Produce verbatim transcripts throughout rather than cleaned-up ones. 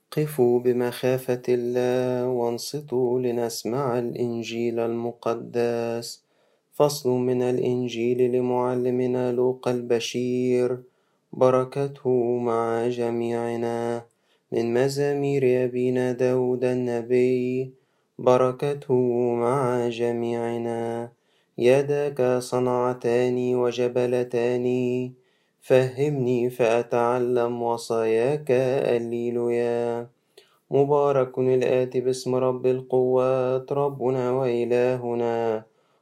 قفوا بمخافة الله وانصتوا لنسمع الإنجيل المقدس. فصل من الإنجيل لمعلمنا لوقا البشير، بركته مع جميعنا. من مزامير أبينا داود النبي، بركته مع جميعنا. يداك صنعتان وجبلتان، فهمني فأتعلم وصاياك. الليلويا. مبارك الآتي باسم رب القوات، ربنا وإلهنا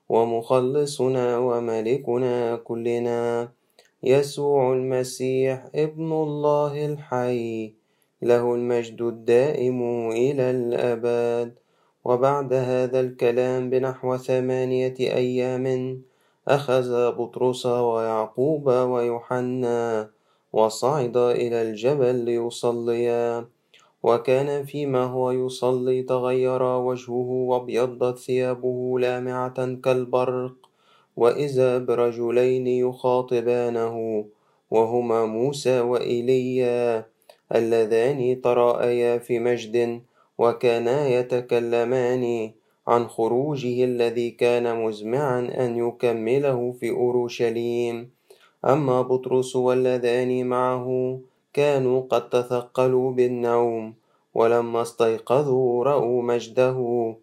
ومخلصنا وملكنا كلنا، يسوع المسيح ابن الله الحي، له المجد الدائم إلى الأبد. وبعد هذا الكلام بنحو ثمانية أيام أخذ بطرس ويعقوب ويوحنا وصعد إلى الجبل ليصليا. وكان فيما هو يصلي تغير وجهه وابيضت ثيابه لامعة كالبرق، وإذا برجلين يخاطبانه، وهما موسى وإيليا اللذان تراءيا في مجد، وكانا يتكلمان عن خروجه الذي كان مزمعا أن يكمله في أورشليم. أما بطرس واللذان معه كانوا قد تثقلوا بالنوم، ولما استيقظوا رأوا مجده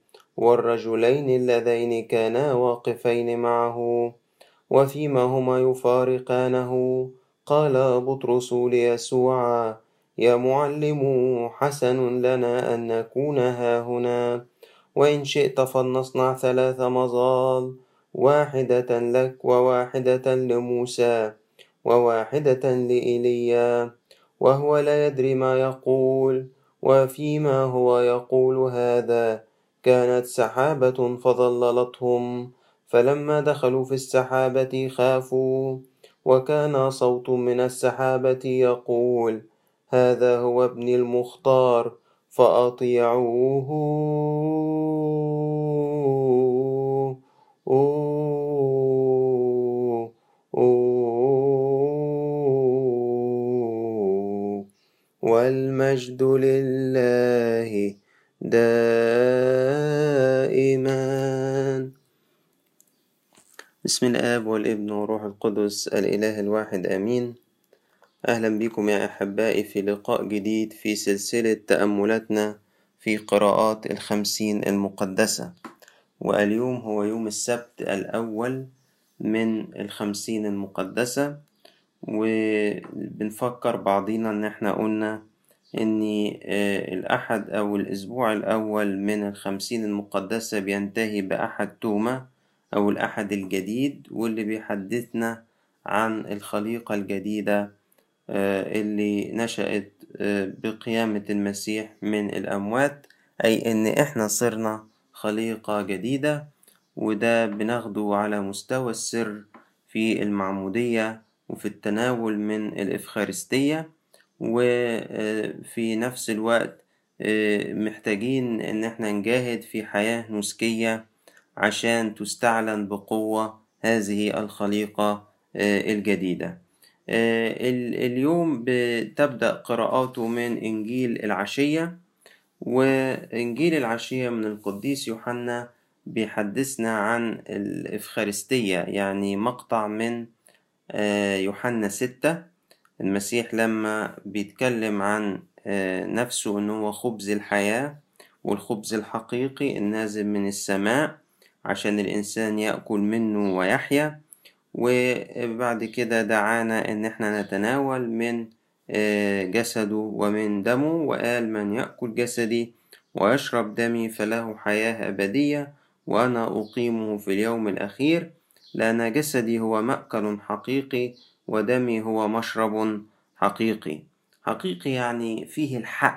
والرجلين اللذين كانا واقفين معه. وفيما هما يفارقانه قال بطرس ليسوع: يا معلم، حسن لنا أن نكون هاهنا، وإن شئت فلنصنع ثلاث مظال، واحدة لك وواحدة لموسى وواحدة لإيليا. وهو لا يدري ما يقول. وفيما هو يقول هذا كانت سحابة فظللتهم، فلما دخلوا في السحابة خافوا، وكان صوت من السحابة يقول: هذا هو ابني المختار فأطيعوه. أوه أوه. والمجد لله دائما. بسم الآب والابن والروح القدس الإله الواحد آمين. أهلا بكم يا أحبائي في لقاء جديد في سلسلة تأملاتنا في قراءات الخمسين المقدسة، واليوم هو يوم السبت الأول من الخمسين المقدسة. وبنفكر بعضينا إن احنا قلنا إن الأحد أو الأسبوع الأول من الخمسين المقدسة بينتهي بأحد توما أو الأحد الجديد، واللي بيحدثنا عن الخليقة الجديدة اللي نشأت بقيامة المسيح من الأموات، أي إن إحنا صرنا خليقة جديدة. وده بناخده على مستوى السر في المعمودية وفي التناول من الإفخارستية، وفي نفس الوقت محتاجين إن إحنا نجاهد في حياة نسكية عشان تستعلن بقوة هذه الخليقة الجديدة. اليوم بتبدأ قراءاته من إنجيل العشية، وإنجيل العشية من القديس يوحنا بيحدثنا عن الإفخارستية، يعني مقطع من يوحنا ستة. المسيح لما بيتكلم عن نفسه أنه هو خبز الحياة والخبز الحقيقي النازل من السماء عشان الإنسان يأكل منه ويحيا. وبعد كده دعانا إن احنا نتناول من جسده ومن دمه، وقال: من يأكل جسدي ويشرب دمي فله حياة أبدية، وأنا أقيمه في اليوم الأخير، لأن جسدي هو مأكل حقيقي ودمي هو مشرب حقيقي. حقيقي يعني فيه الحق،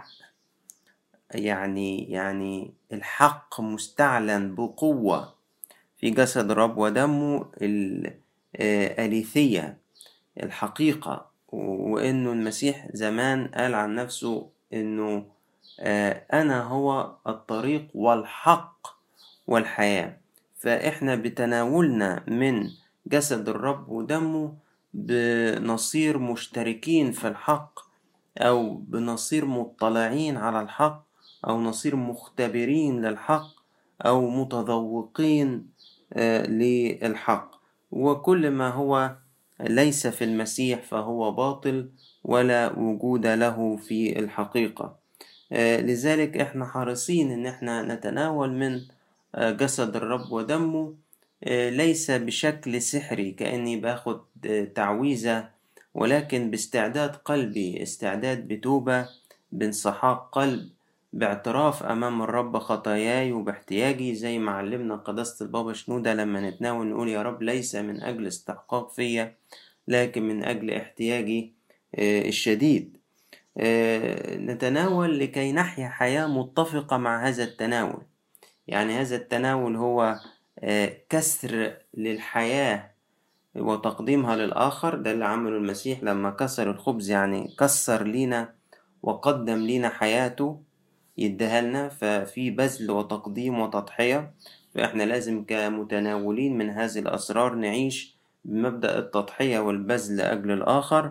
يعني يعني الحق مستعلن بقوة في جسد الرب ودمه، الآليثية الحقيقة. وإنه المسيح زمان قال عن نفسه إنه أنا هو الطريق والحق والحياة. فإحنا بتناولنا من جسد الرب ودمه بنصير مشتركين في الحق أو بنصير مطلعين على الحق، أو نصير مختبرين للحق، أو متذوقين للحق. وكل ما هو ليس في المسيح فهو باطل ولا وجود له في الحقيقة. لذلك احنا حريصين ان احنا نتناول من جسد الرب ودمه، ليس بشكل سحري كأني باخد تعويذة، ولكن باستعداد قلبي، استعداد بتوبة، بانسحاق قلب، باعتراف أمام الرب خطاياي وباحتياجي، زي ما علمنا قداسة البابا شنودة لما نتناول نقول يا رب ليس من أجل استحقاق فيا، لكن من أجل احتياجي الشديد. نتناول لكي نحيا حياة متفقة مع هذا التناول. يعني هذا التناول هو كسر للحياة وتقديمها للآخر. ده اللي عمله المسيح لما كسر الخبز، يعني كسر لينا وقدم لينا حياته يديها لنا، ففي بذل وتقديم وتضحية. فإحنا لازم كمتناولين من هذه الأسرار نعيش بمبدأ التضحية والبذل لأجل الآخر.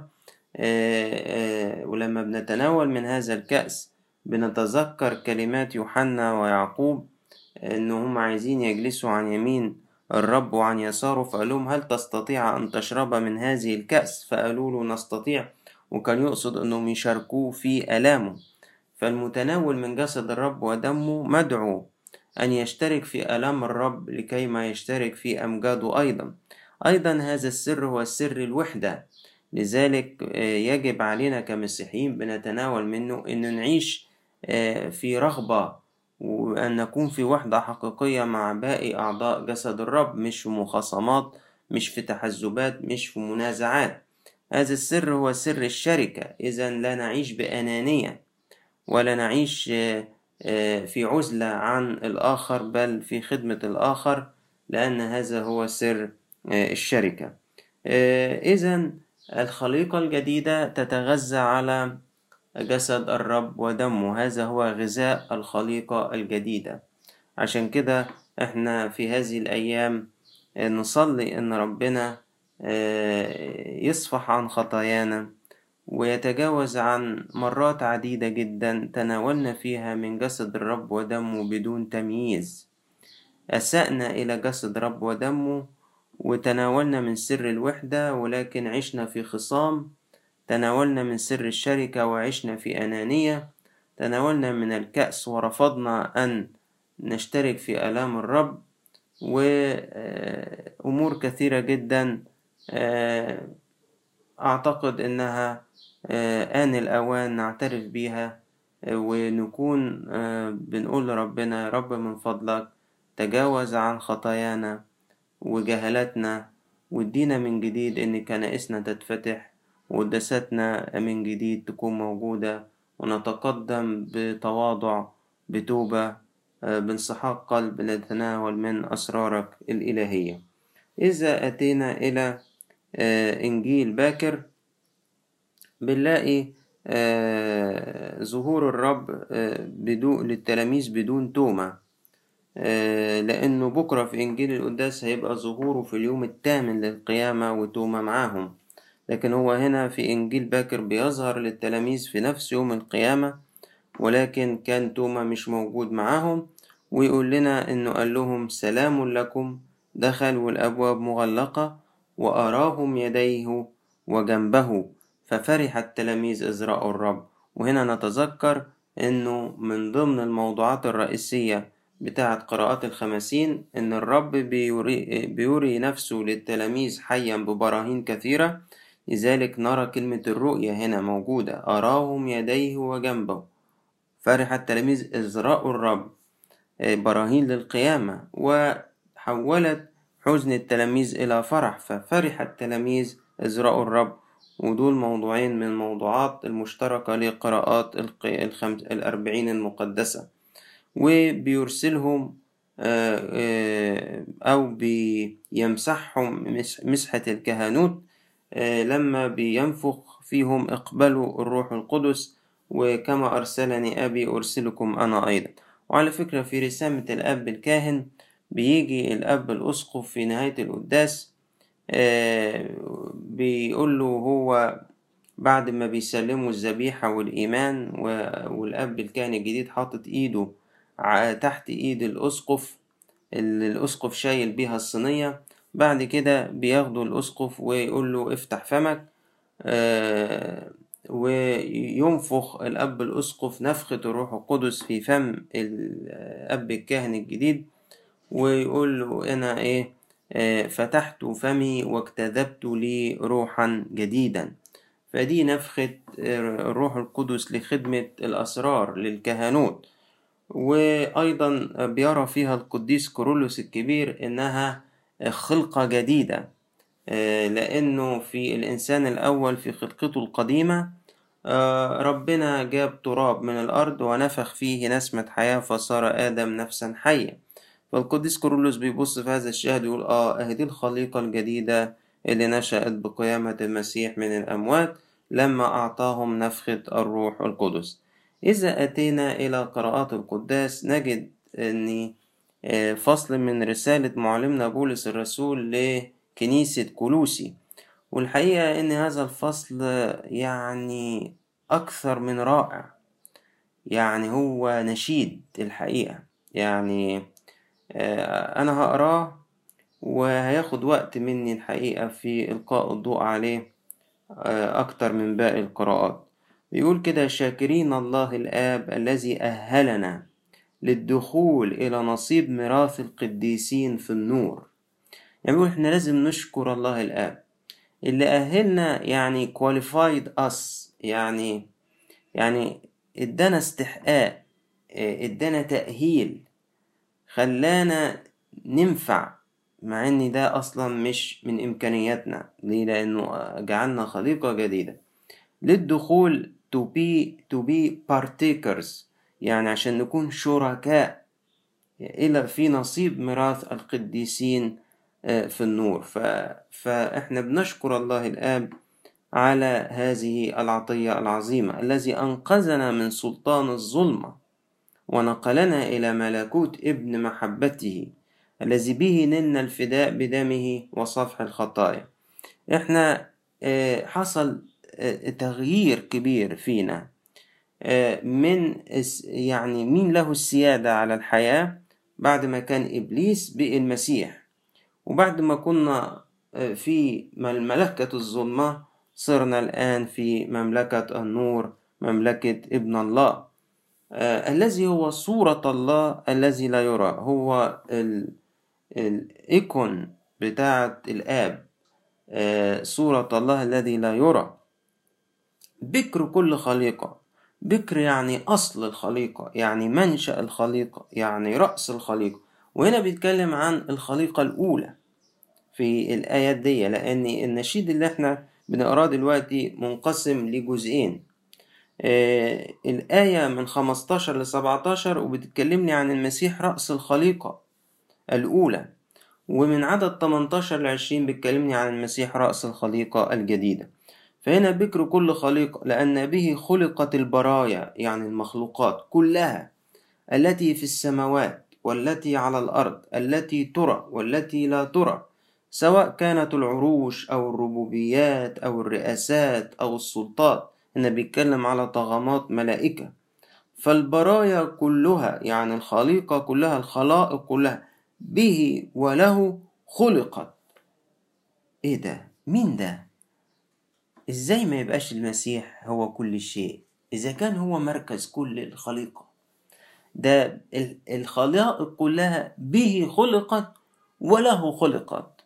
ولما بنتناول من هذا الكأس بنتذكر كلمات يوحنا ويعقوب إنهم عايزين يجلسوا عن يمين الرب وعن يساره، فقال لهم هل تستطيع أن تشرب من هذه الكأس؟ فقالوا له نستطيع، وكان يقصد أنهم يشاركوه في آلامه. فالمتناول من جسد الرب ودمه مدعو أن يشترك في آلام الرب لكي ما يشترك في أمجاده أيضا. أيضا هذا السر هو سر الوحدة. لذلك يجب علينا كمسيحيين بنتناول منه أن نعيش في رغبة وأن نكون في وحدة حقيقية مع باقي أعضاء جسد الرب، مش في مخاصمات، مش في تحزبات، مش في منازعات. هذا السر هو سر الشركة. إذا لا نعيش بأنانية ولا نعيش في عزلة عن الآخر، بل في خدمة الآخر، لأن هذا هو سر الشركة. إذا الخليقة الجديدة تتغذى على جسد الرب ودمه، هذا هو غذاء الخليقة الجديدة. عشان كده احنا في هذه الأيام نصلي إن ربنا يصفح عن خطايانا ويتجاوز عن مرات عديدة جدا تناولنا فيها من جسد الرب ودمه بدون تمييز. أسأنا إلى جسد رب ودمه وتناولنا من سر الوحدة، ولكن عشنا في خصام. تناولنا من سر الشركة وعشنا في أنانية. تناولنا من الكأس ورفضنا أن نشترك في آلام الرب. وأمور كثيرة جدا أعتقد أنها آن الأوان نعترف بيها ونكون بنقول لربنا يا رب من فضلك تجاوز عن خطايانا وجهلاتنا، وادينا من جديد إن كنائسنا تتفتح وقداستنا من جديد تكون موجودة، ونتقدم بتواضع بتوبة بانسحاق قلب نتناول من أسرارك الإلهية. إذا أتينا إلى إنجيل باكر بنلاقي ظهور الرب بدون للتلاميذ بدون تومة، لأنه بكرة في إنجيل القداس هيبقى ظهوره في اليوم الثامن للقيامة وتومة معاهم. لكن هو هنا في إنجيل باكر بيظهر للتلاميذ في نفس يوم القيامة، ولكن كان توما مش موجود معاهم. ويقول لنا إنه قال لهم سلام لكم، دخل والأبواب مغلقة، وأراهم يديه وجنبه، ففرح التلاميذ إذ رأوا الرب. وهنا نتذكر إنه من ضمن الموضوعات الرئيسية بتاعة قراءات الخمسين إن الرب بيوري, بيوري نفسه للتلاميذ حيا ببراهين كثيرة. لذلك نرى كلمة الرؤية هنا موجودة، أراهم يديه وجنبه، فرح التلاميذ إذ رأوا الرب، براهين للقيامة، وحولت حزن التلاميذ إلى فرح، ففرح التلاميذ إذ رأوا الرب. ودول موضوعين من الموضوعات المشتركة لقراءات الخمس الأربعين المقدسة. وبيرسلهم أو بيمسحهم مسحة الكهنوت لما بينفخ فيهم اقبلوا الروح القدس، وكما أرسلني أبي أرسلكم أنا أيضا. وعلى فكرة في رسامة الأب الكاهن بيجي الأب الأسقف في نهاية القداس بيقول له هو بعد ما بيسلموا الذبيحة والإيمان، والأب الكاهن الجديد حاطط إيده تحت إيد الأسقف اللي الأسقف شايل بيها الصينية. بعد كده بياخدوا الأسقف ويقول له افتح فمك، آه وينفخ الأب الأسقف نفخة الروح القدس في فم الأب الكاهن الجديد، ويقول له أنا إيه آه فتحت فمي واجتذبت لي روحا جديدا. فدي نفخة الروح القدس لخدمة الأسرار للكهنوت. وأيضا بيرى فيها القديس كيرلس الكبير إنها خلقة جديدة، لأنه في الإنسان الأول في خلقته القديمة ربنا جاب تراب من الأرض ونفخ فيه نسمة حياة فصار آدم نفسا حية. فالقديس كيرلس بيبص في هذا الشاهد ويقول آه أهدي الخليقة الجديدة اللي نشأت بقيامة المسيح من الأموات لما أعطاهم نفخة الروح القدس. إذا أتينا إلى قراءات القداس نجد أن فصل من رسالة معلمنا بولس الرسول لكنيسة كولوسي، والحقيقة أن هذا الفصل يعني أكثر من رائع، يعني هو نشيد الحقيقة. يعني أنا هقراه وهياخد وقت مني الحقيقة في إلقاء الضوء عليه أكتر من باقي القراءات. بيقول كده: شاكرين الله الآب الذي أهلنا للدخول إلى نصيب ميراث القديسين في النور. يعني بيقول إحنا لازم نشكر الله الآب اللي أهلنا، يعني qualified us، يعني يعني إدانا استحقاق، إدانا تأهيل، خلانا ننفع، مع ان ده اصلا مش من امكانياتنا. ليه؟ لانه جعلنا خليقة جديدة للدخول to be to be partakers، يعني عشان نكون شركاء الى في نصيب ميراث القديسين في النور. ف... فاحنا بنشكر الله الآب على هذه العطية العظيمة، الذي انقذنا من سلطان الظلمة ونقلنا إلى ملكوت ابن محبته الذي به نلنا الفداء بدمه وصفح الخطايا. احنا حصل تغيير كبير فينا، من يعني مين له السيادة على الحياة بعد ما كان إبليس بقي المسيح، وبعد ما كنا في مملكة الظلمة صرنا الآن في مملكة النور، مملكة ابن الله آه، الذي هو صورة الله الذي لا يرى. هو الإيكون بتاعة الآب، آه، صورة الله الذي لا يرى، بكر كل خليقة. بكر يعني أصل الخليقة، يعني منشأ الخليقة، يعني رأس الخليقة. وهنا بيتكلم عن الخليقة الأولى في الآيات دي، لأن النشيد اللي احنا بنقراه دلوقتي منقسم لجزئين. آه الآية من خمستاشر لسبعتاشر وبتتكلمني عن المسيح رأس الخليقة الأولى، ومن عدد تمنتاشر لعشرين بتكلمني عن المسيح رأس الخليقة الجديدة. فهنا بكر كل خليقة لأن به خلقت البرايا، يعني المخلوقات كلها التي في السماوات والتي على الأرض، التي ترى والتي لا ترى، سواء كانت العروش أو الربوبيات أو الرئاسات أو السلطات. هنا بيتكلم على طغمات ملائكة. فالبرايا كلها، يعني الخليقة كلها، الخلائق كلها به وله خلقت. ايه ده؟ مين ده؟ ازاي ما يبقاش المسيح هو كل شيء اذا كان هو مركز كل الخليقة؟ ده الخلائق كلها به خلقت وله خلقت.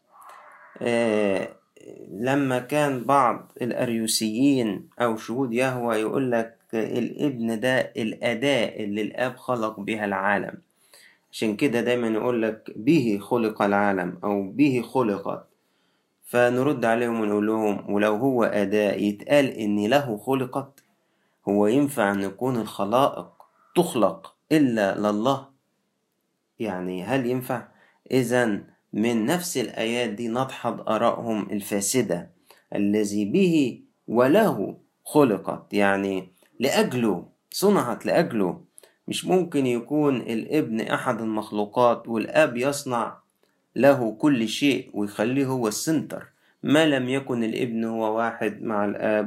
آه لما كان بعض الأريوسيين أو شهود يهوه يقول لك الابن ده الأداة اللي الآب خلق بها العالم، عشان كده دايما يقول لك به خلق العالم أو به خلقت. فنرد عليهم ونقول لهم ولو هو أداة يتقال إن له خلقت؟ هو ينفع أن يكون الخلائق تخلق إلا لله؟ يعني هل ينفع؟ إذن من نفس الآيات دي نضحض آرائهم الفاسدة. الذي به وله خلقت، يعني لأجله صنعت، لأجله. مش ممكن يكون الابن أحد المخلوقات والآب يصنع له كل شيء ويخليه هو السنتر، ما لم يكن الابن هو واحد مع الآب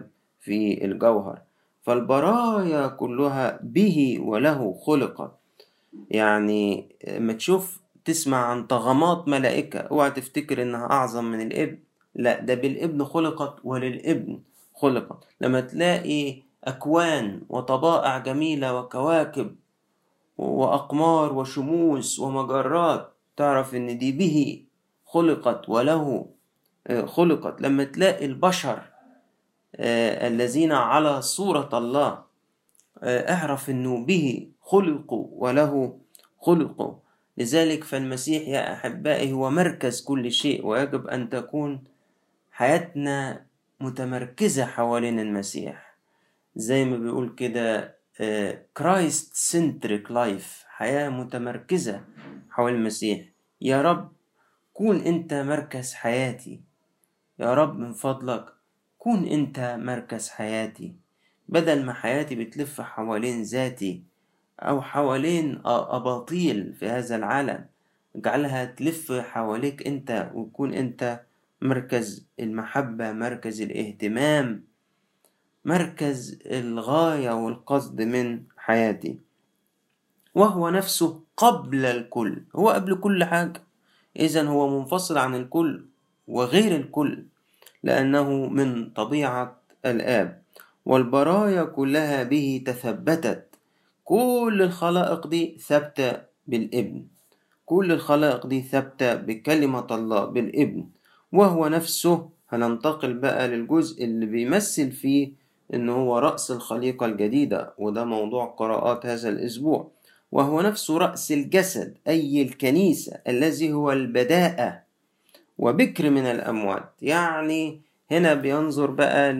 في الجوهر. فالبرايا كلها به وله خلقت. يعني ما تشوف تسمع عن طغمات ملائكة، اوعى تفتكر انها اعظم من الابن، لا، ده بالابن خلقت وللابن خلقت. لما تلاقي اكوان وطبائع جميلة وكواكب واقمار وشموس ومجرات، تعرف ان دي به خلقت وله خلقت. لما تلاقي البشر الذين على صورة الله، اعرف انه به خلقوا وله خلقوا. لذلك فالمسيح يا أحبائي هو مركز كل شيء، ويجب أن تكون حياتنا متمركزة حوالين المسيح. زي ما بيقول كده Christ centric life، حياة متمركزة حول المسيح. يا رب كون أنت مركز حياتي، يا رب من فضلك كون أنت مركز حياتي، بدل ما حياتي بتلف حوالين ذاتي أو حوالين أباطيل في هذا العالم، اجعلها تلف حواليك أنت، ويكون أنت مركز المحبة، مركز الاهتمام، مركز الغاية والقصد من حياتي. وهو نفسه قبل الكل، هو قبل كل حاجة، إذن هو منفصل عن الكل وغير الكل، لأنه من طبيعة الآب. والبرايا كلها به تثبتت، كل الخلائق دي ثابتة بالابن، كل الخلائق دي ثابتة بكلمة الله بالابن. وهو نفسه، هننتقل بقى للجزء اللي بيمثل فيه إنه هو رأس الخليقة الجديدة، وده موضوع قراءات هذا الأسبوع. وهو نفسه رأس الجسد أي الكنيسة، الذي هو البداءة وبكر من الأموات. يعني هنا بينظر بقى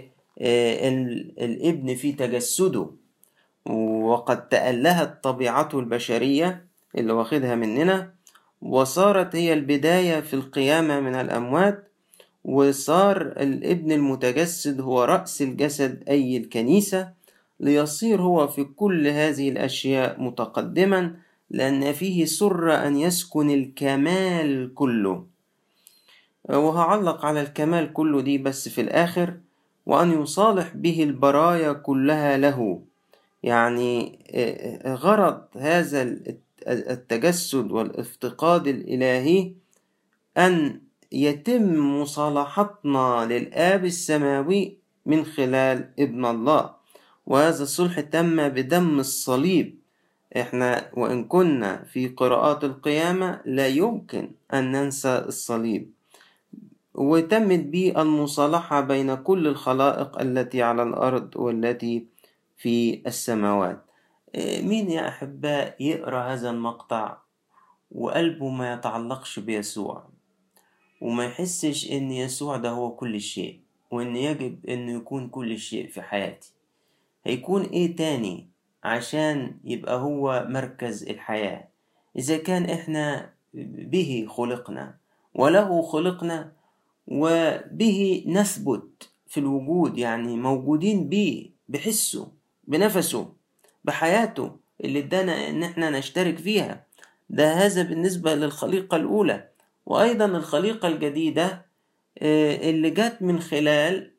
للابن في تجسده، وقد تألهت طبيعته البشرية اللي واخدها مننا، وصارت هي البداية في القيامة من الأموات، وصار الابن المتجسد هو رأس الجسد أي الكنيسة، ليصير هو في كل هذه الأشياء متقدما، لأن فيه سر أن يسكن الكمال كله. وهعلق على الكمال كله دي بس في الآخر. وأن يصالح به البرايا كلها له، يعني غرض هذا التجسد والافتقاد الإلهي أن يتم مصالحتنا للآب السماوي من خلال ابن الله، وهذا الصلح تم بدم الصليب. احنا وإن كنا في قراءات القيامة لا يمكن أن ننسى الصليب، وتمت به المصالحة بين كل الخلائق التي على الأرض والتي في السماوات. مين يا أحباء يقرأ هذا المقطع وقلبه ما يتعلقش بيسوع، وما يحسش إن يسوع ده هو كل شيء، وإن يجب إنه يكون كل شيء في حياتي؟ هيكون إيه تاني عشان يبقى هو مركز الحياة؟ إذا كان إحنا به خلقنا وله خلقنا وبه نثبت في الوجود، يعني موجودين به بحسه بنفسه بحياته اللي ادانا ان احنا نشترك فيها. ده هذا بالنسبة للخليقة الأولى. وأيضا الخليقة الجديدة اللي جات من خلال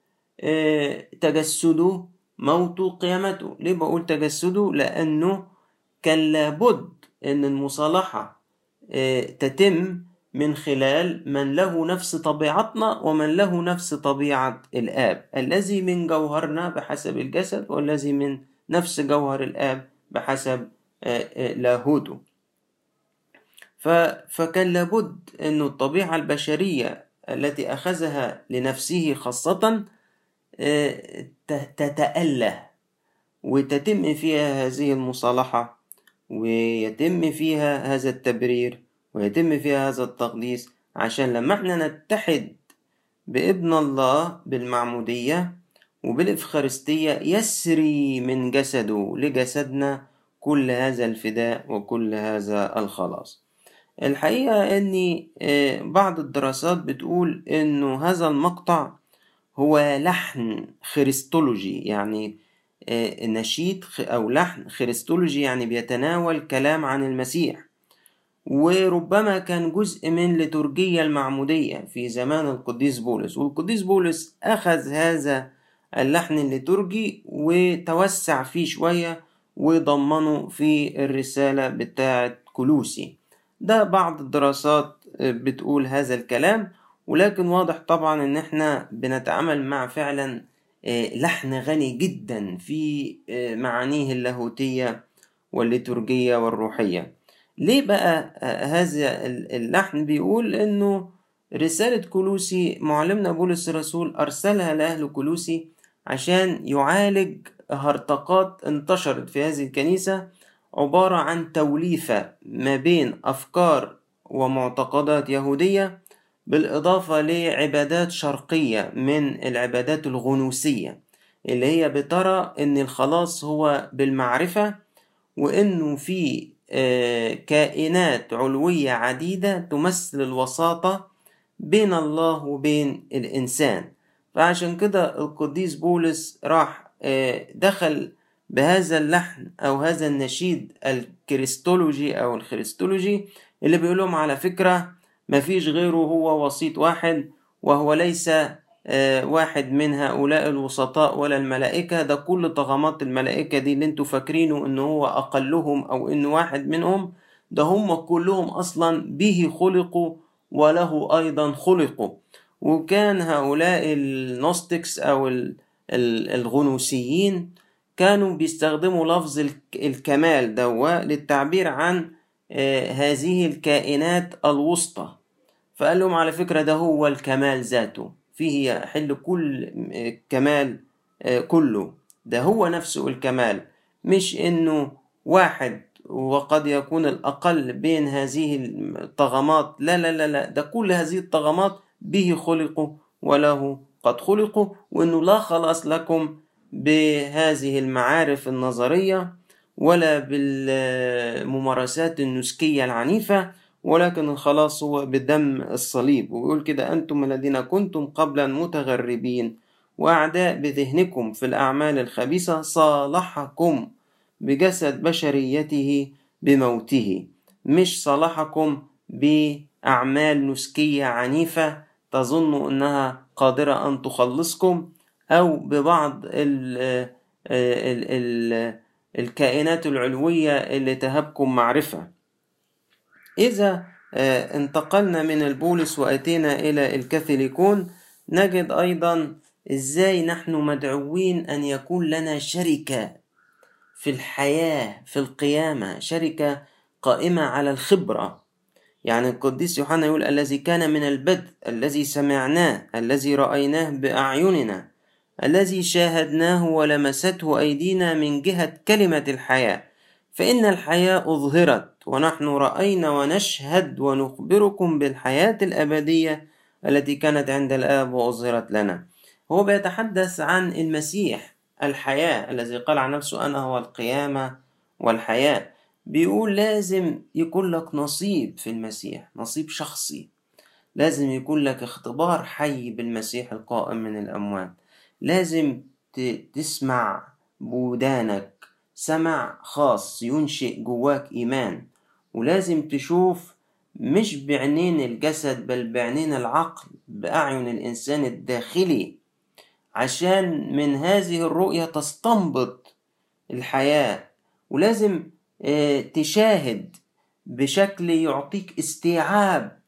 تجسده موته قيامته. ليه بقول تجسده؟ لأنه كان لابد أن المصالحة تتم من خلال من له نفس طبيعتنا ومن له نفس طبيعة الآب، الذي من جوهرنا بحسب الجسد، والذي من نفس جوهر الآب بحسب لاهوته. فكان لابد أن الطبيعة البشرية التي أخذها لنفسه خاصة تتأله وتتم فيها هذه المصالحة، ويتم فيها هذا التبرير، ويتم فيها هذا التقديس، عشان لما احنا نتحد بابن الله بالمعمودية وبالإفخارستية يسري من جسده لجسدنا كل هذا الفداء وكل هذا الخلاص. الحقيقة أن بعض الدراسات بتقول أنه هذا المقطع هو لحن خريستولوجي، يعني نشيد أو لحن خريستولوجي، يعني بيتناول كلام عن المسيح، وربما كان جزء من ليتورجية المعمودية في زمان القديس بولس. والقديس بولس أخذ هذا اللحن الليتورجي وتوسع فيه شوية وضمنه في الرسالة بتاعة كولوسي. ده بعض الدراسات بتقول هذا الكلام، ولكن واضح طبعا ان احنا بنتعامل مع فعلا لحن غني جدا في معانيه اللاهوتية والليتورجية والروحية. ليه بقى هذا اللحن؟ بيقول انه رسالة كولوسي معلمنا بولس الرسول ارسلها لاهل كولوسي عشان يعالج هرطقات انتشرت في هذه الكنيسة، عبارة عن توليفة ما بين افكار ومعتقدات يهودية بالإضافة لعبادات شرقية من العبادات الغنوسية اللي هي بترى إن الخلاص هو بالمعرفة، وإنه في كائنات علوية عديدة تمثل الوساطة بين الله وبين الإنسان. فعشان كده القديس بولس راح دخل بهذا اللحن أو هذا النشيد الكريستولوجي أو الخريستولوجي اللي بيقولهم على فكرة مفيش غيره، هو وسيط واحد، وهو ليس واحد من هؤلاء الوسطاء ولا الملائكة. ده كل طغمات الملائكة دي اللي انتوا فاكرينه انه هو اقلهم او انه واحد منهم، ده هم كلهم اصلا به خلقوا وله ايضا خلقوا. وكان هؤلاء النوستكس او الغنوسيين كانوا بيستخدموا لفظ الكمال دوا للتعبير عن هذه الكائنات الوسطى. فقال لهم على فكرة ده هو الكمال ذاته، فيه يحل كل كمال كله، ده هو نفسه الكمال، مش انه واحد وقد يكون الأقل بين هذه الطغمات. لا لا لا لا، ده كل هذه الطغمات به خلقوا وله قد خلقوا، وانه لا خلاص لكم بهذه المعارف النظرية ولا بالممارسات النسكية العنيفة، ولكن الخلاص هو بدم الصليب. ويقول كده أنتم الذين كنتم قبلا متغربين وأعداء بذهنكم في الأعمال الخبيثة صالحكم بجسد بشريته بموته. مش صالحكم بأعمال نسكية عنيفة تظن أنها قادرة أن تخلصكم، أو ببعض ال ال ال الكائنات العلوية اللي تهبكم معرفة. إذا انتقلنا من البولس وأتينا إلى الكاثوليكون نجد أيضا إزاي نحن مدعوين أن يكون لنا شركة في الحياة في القيامة، شركة قائمة على الخبرة. يعني القديس يوحنا يقول الذي كان من البدء، الذي سمعناه، الذي رأيناه بأعيننا، الذي شاهدناه ولمسته أيدينا من جهة كلمة الحياة، فإن الحياة أظهرت ونحن رأينا ونشهد ونخبركم بالحياة الأبدية التي كانت عند الآب وأظهرت لنا. هو بيتحدث عن المسيح الحياة الذي قال عن نفسه أنا هو القيامة والحياة. بيقول لازم يكون لك نصيب في المسيح، نصيب شخصي، لازم يكون لك اختبار حي بالمسيح القائم من الأموات، لازم تسمع بودانك سمع خاص ينشئ جواك إيمان، ولازم تشوف مش بعينين الجسد بل بعينين العقل، بأعين الإنسان الداخلي، عشان من هذه الرؤية تستنبط الحياة. ولازم تشاهد بشكل يعطيك استيعاب،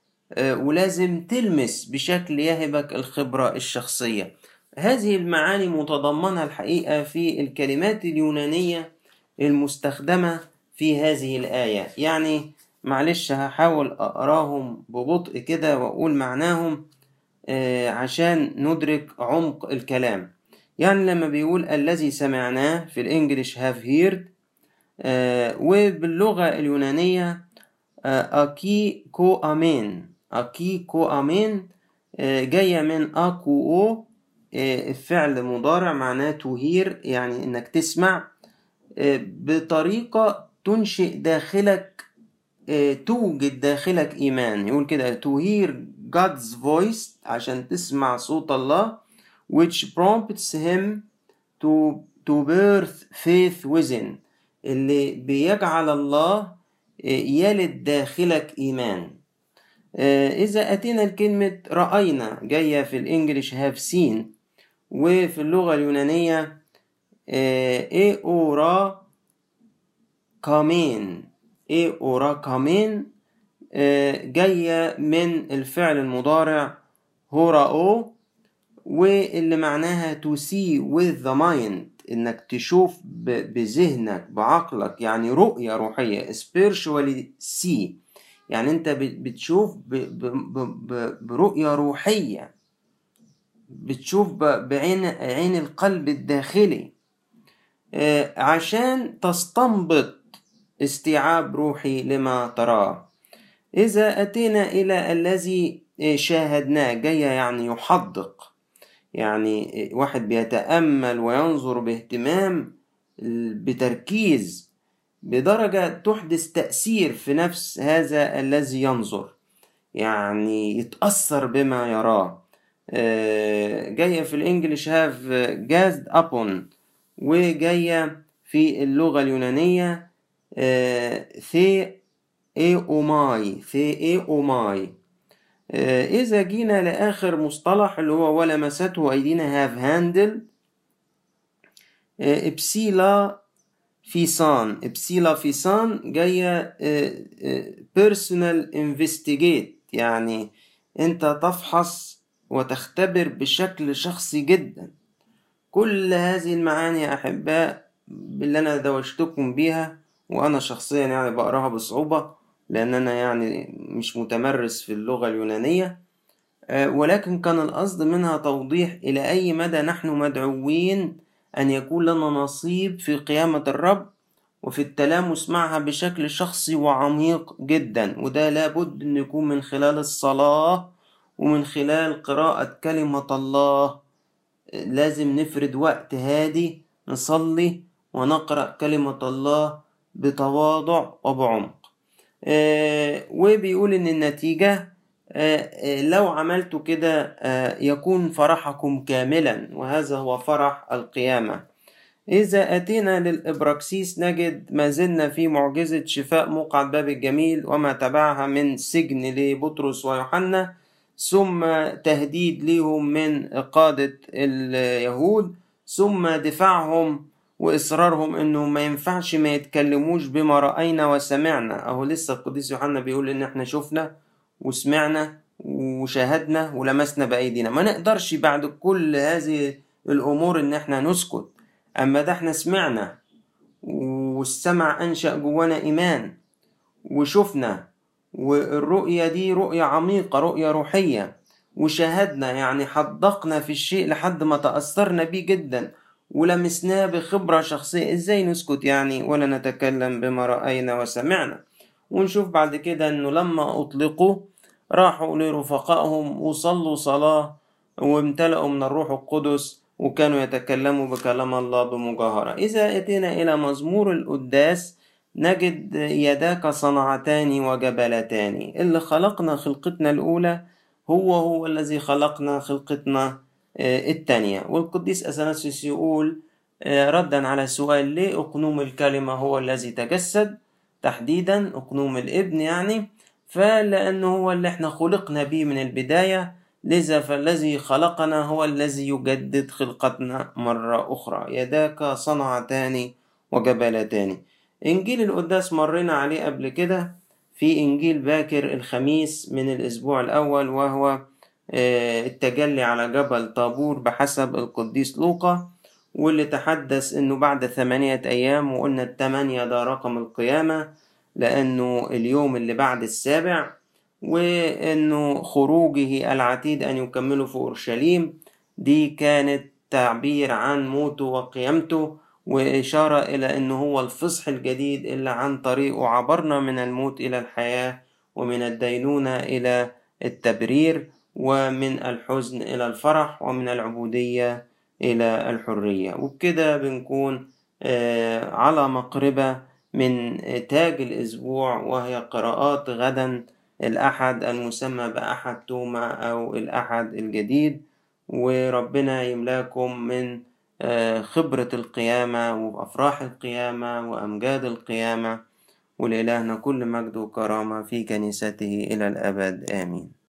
ولازم تلمس بشكل يهبك الخبرة الشخصية. هذه المعاني متضمنة الحقيقة في الكلمات اليونانية المستخدمة في هذه الآية. يعني معلش هحاول أقراهم ببطء كده وأقول معناهم عشان ندرك عمق الكلام. يعني لما بيقول الذي سمعناه في الإنجليش have heard، وباللغة اليونانية أكي كو أمين، أكي كو أمين جاية من أكو أو، الفعل مضارع معناه to hear، يعني إنك تسمع بطريقة تنشئ داخلك، توجد داخلك إيمان. يقول كده to hear God's voice، عشان تسمع صوت الله، which prompts him to, to birth faith within، اللي بيجعل الله يلد داخلك إيمان. إذا أتينا الكلمة رأينا جاية في الإنجليش have seen، وفي اللغة اليونانية إي أورا كامين. إي أورا كامين جاية من الفعل المضارع هوراو، واللي معناها to see with the mind، إنك تشوف بذهنك بعقلك، يعني رؤية روحية spiritually see، يعني أنت بتشوف برؤية روحية، بتشوف بعين عين القلب الداخلي عشان تستنبط استيعاب روحي لما تراه. إذا أتينا إلى الذي شاهدناه، جاية يعني يحدق، يعني واحد بيتأمل وينظر باهتمام بتركيز بدرجة تحدث تأثير في نفس هذا الذي ينظر، يعني يتأثر بما يراه. جاية في الإنجليش have gazed upon، وجاية في اللغة اليونانية ثي اي اوماي ثي اي اوماي. إذا جينا لآخر مصطلح اللي هو ولمسته أيدينا have handled، إبسيلا فيسان. إبسيلا فيسان جاية personal investigate، يعني أنت تفحص وتختبر بشكل شخصي جدا. كل هذه المعاني يا أحباء اللي أنا دوشتكم بيها، وأنا شخصيا يعني بقراها بصعوبة لأن أنا يعني مش متمرس في اللغة اليونانية، ولكن كان القصد منها توضيح إلى أي مدى نحن مدعوين أن يكون لنا نصيب في قيامة الرب وفي التلامس معها بشكل شخصي وعميق جدا. وده لابد أن يكون من خلال الصلاة ومن خلال قراءة كلمة الله. لازم نفرد وقت هادي نصلي ونقرأ كلمة الله بتواضع وبعمق. آه وبيقول إن النتيجة آه آه لو عملتوا كده آه يكون فرحكم كاملا، وهذا هو فرح القيامة. إذا أتينا للإبراكسيس نجد ما زلنا في معجزة شفاء موقع باب الجميل وما تبعها من سجن لبطرس ويوحنا، ثم تهديد لهم من قادة اليهود، ثم دفاعهم وإصرارهم إنهم ما ينفعش ما يتكلموش بما رأينا وسمعنا. أهو لسه القديس يوحنا بيقول إن إحنا شفنا وسمعنا وشاهدنا ولمسنا بأيدينا. ما نقدرش بعد كل هذه الأمور إن إحنا نسكت، أما ده إحنا سمعنا والسمع أنشأ جوانا إيمان وشفنا، والرؤية دي رؤية عميقة، رؤية روحية، وشاهدنا يعني حدقنا في الشيء لحد ما تأثرنا بيه جدا ولمسناه بخبرة شخصية. إزاي نسكت يعني ولا نتكلم بما رأينا وسمعنا؟ ونشوف بعد كده أنه لما أطلقوا راحوا لرفقائهم وصلوا صلاة وامتلأوا من الروح القدس وكانوا يتكلموا بكلام الله بمجاهرة. إذا أتينا إلى مزمور القداس نجد يداك صنعتان وجبلتان. اللي خلقنا خلقتنا الأولى هو هو الذي خلقنا خلقتنا الثانية. والقديس أثناسيوس يقول ردا على سؤال ليه أقنوم الكلمة هو الذي تجسد، تحديدا أقنوم الابن، يعني فلأنه هو اللي احنا خلقنا به من البداية، لذا فالذي خلقنا هو الذي يجدد خلقتنا مرة أخرى. يداك صنعتان وجبلتان. إنجيل القداس مرينا عليه قبل كده في إنجيل باكر الخميس من الأسبوع الأول، وهو التجلي على جبل طابور بحسب القديس لوقا، واللي تحدث إنه بعد ثمانية أيام، وقلنا الثمانية ده رقم القيامة لأنه اليوم اللي بعد السابع، وإنه خروجه العتيد أن يكملوا في أورشليم دي كانت تعبير عن موته وقيامته، وإشارة إلى أنه هو الفصح الجديد اللي عن طريقه عبرنا من الموت إلى الحياة، ومن الدينونة إلى التبرير، ومن الحزن إلى الفرح، ومن العبودية إلى الحرية. وبكده بنكون على مقربة من تاج الأسبوع، وهي قراءات غدا الأحد المسمى بأحد توما أو الأحد الجديد. وربنا يملاكم من خبرة القيامة وأفراح القيامة وأمجاد القيامة، ولإلهنا كل مجد وكرامة في كنيسته إلى الأبد، آمين.